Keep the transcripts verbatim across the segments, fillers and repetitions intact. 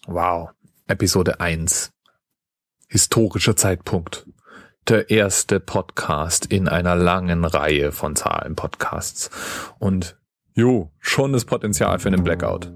Wow, Episode eins. Historischer Zeitpunkt. Der erste Podcast in einer langen Reihe von Zahlen-Podcasts. Und jo, schon das Potenzial für einen Blackout.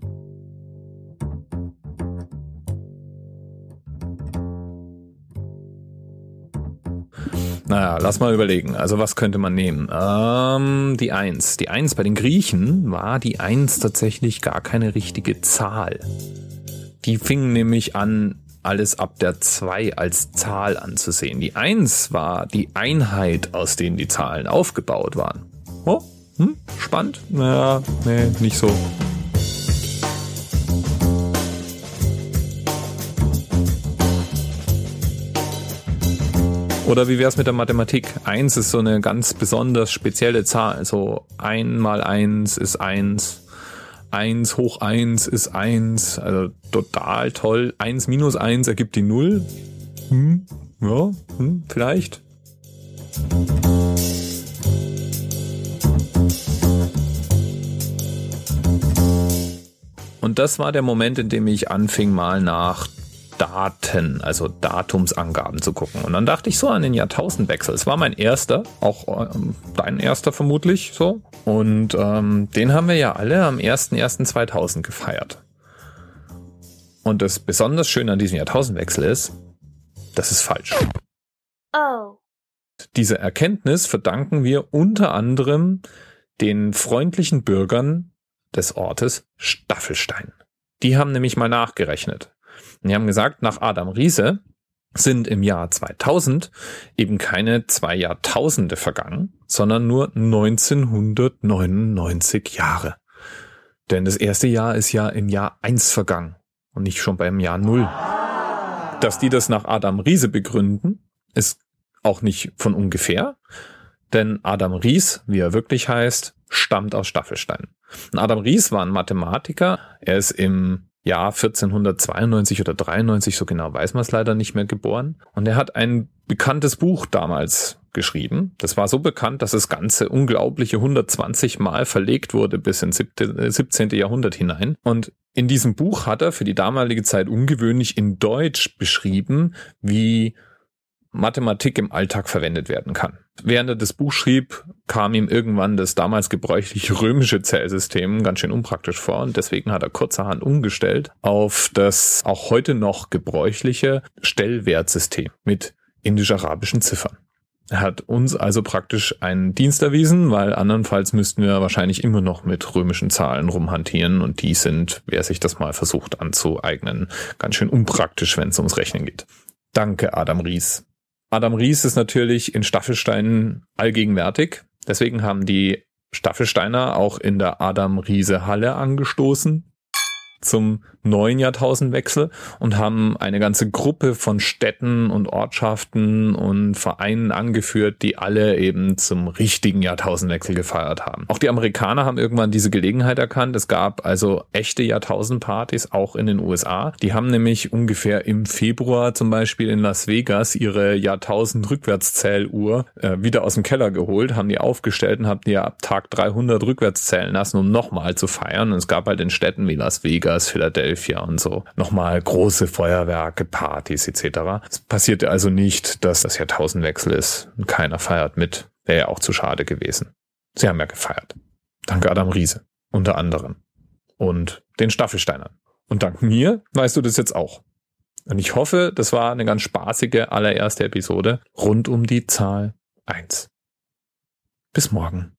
Naja, lass mal überlegen. Also was könnte man nehmen? Ähm, die Eins. Die Eins bei den Griechen war die Eins tatsächlich gar keine richtige Zahl. Die fingen nämlich an, alles ab der zwei als Zahl anzusehen. Die Eins war die Einheit, aus denen die Zahlen aufgebaut waren. Oh, hm, spannend? Naja, nee, nicht so. Oder wie wär's mit der Mathematik? Eins ist so eine ganz besonders spezielle Zahl. So ein mal eins ist eins. Eins hoch eins ist eins. Also total toll. Eins minus eins ergibt die Null. Hm, ja, hm, vielleicht. Und das war der Moment, in dem ich anfing, mal nach Daten, also Datumsangaben zu gucken. Und dann dachte ich so an den Jahrtausendwechsel. Es war mein erster, auch ähm, dein erster vermutlich so. Und ähm, den haben wir ja alle am erster erster zweitausend gefeiert. Und das besonders Schöne an diesem Jahrtausendwechsel ist, das ist falsch. Oh. Diese Erkenntnis verdanken wir unter anderem den freundlichen Bürgern des Ortes Staffelstein. Die haben nämlich mal nachgerechnet. Und die haben gesagt, nach Adam Riese sind im Jahr zweitausend eben keine zwei Jahrtausende vergangen, sondern nur neunzehnhundertneunundneunzig Jahre. Denn das erste Jahr ist ja im Jahr eins vergangen und nicht schon beim Jahr null. Dass die das nach Adam Riese begründen, ist auch nicht von ungefähr, denn Adam Ries, wie er wirklich heißt, stammt aus Staffelstein. Und Adam Ries war ein Mathematiker, er ist im Jahr vierzehnhundertzweiundneunzig oder dreiundneunzig, so genau weiß man es leider nicht mehr, geboren. Und er hat ein bekanntes Buch damals geschrieben. Das war so bekannt, dass das Ganze unglaubliche hundertzwanzig Mal verlegt wurde bis ins siebzehnte Jahrhundert hinein. Und in diesem Buch hat er für die damalige Zeit ungewöhnlich in Deutsch beschrieben, wie Mathematik im Alltag verwendet werden kann. Während er das Buch schrieb, kam ihm irgendwann das damals gebräuchliche römische Zählsystem ganz schön unpraktisch vor und deswegen hat er kurzerhand umgestellt auf das auch heute noch gebräuchliche Stellwertsystem mit indisch-arabischen Ziffern. Er hat uns also praktisch einen Dienst erwiesen, weil andernfalls müssten wir wahrscheinlich immer noch mit römischen Zahlen rumhantieren und die sind, wer sich das mal versucht anzueignen, ganz schön unpraktisch, wenn es ums Rechnen geht. Danke, Adam Ries. Adam Ries ist natürlich in Staffelstein allgegenwärtig. Deswegen haben die Staffelsteiner auch in der Adam-Riese-Halle angestoßen zum neuen Jahrtausendwechsel und haben eine ganze Gruppe von Städten und Ortschaften und Vereinen angeführt, die alle eben zum richtigen Jahrtausendwechsel gefeiert haben. Auch die Amerikaner haben irgendwann diese Gelegenheit erkannt. Es gab also echte Jahrtausendpartys auch in den U S A. Die haben nämlich ungefähr im Februar zum Beispiel in Las Vegas ihre Jahrtausend-Rückwärtszähluhr äh, wieder aus dem Keller geholt, haben die aufgestellt und haben die ab Tag dreihundert rückwärts zählen lassen, um nochmal zu feiern. Und es gab halt in Städten wie Las Vegas, Philadelphia und so nochmal große Feuerwerke, Partys et cetera. Es passierte also nicht, dass das Jahrtausendwechsel ist und keiner feiert mit. Wäre ja auch zu schade gewesen. Sie haben ja gefeiert. Danke Adam Riese, unter anderem. Und den Staffelsteinern. Und dank mir weißt du das jetzt auch. Und ich hoffe, das war eine ganz spaßige allererste Episode rund um die Zahl eins. Bis morgen.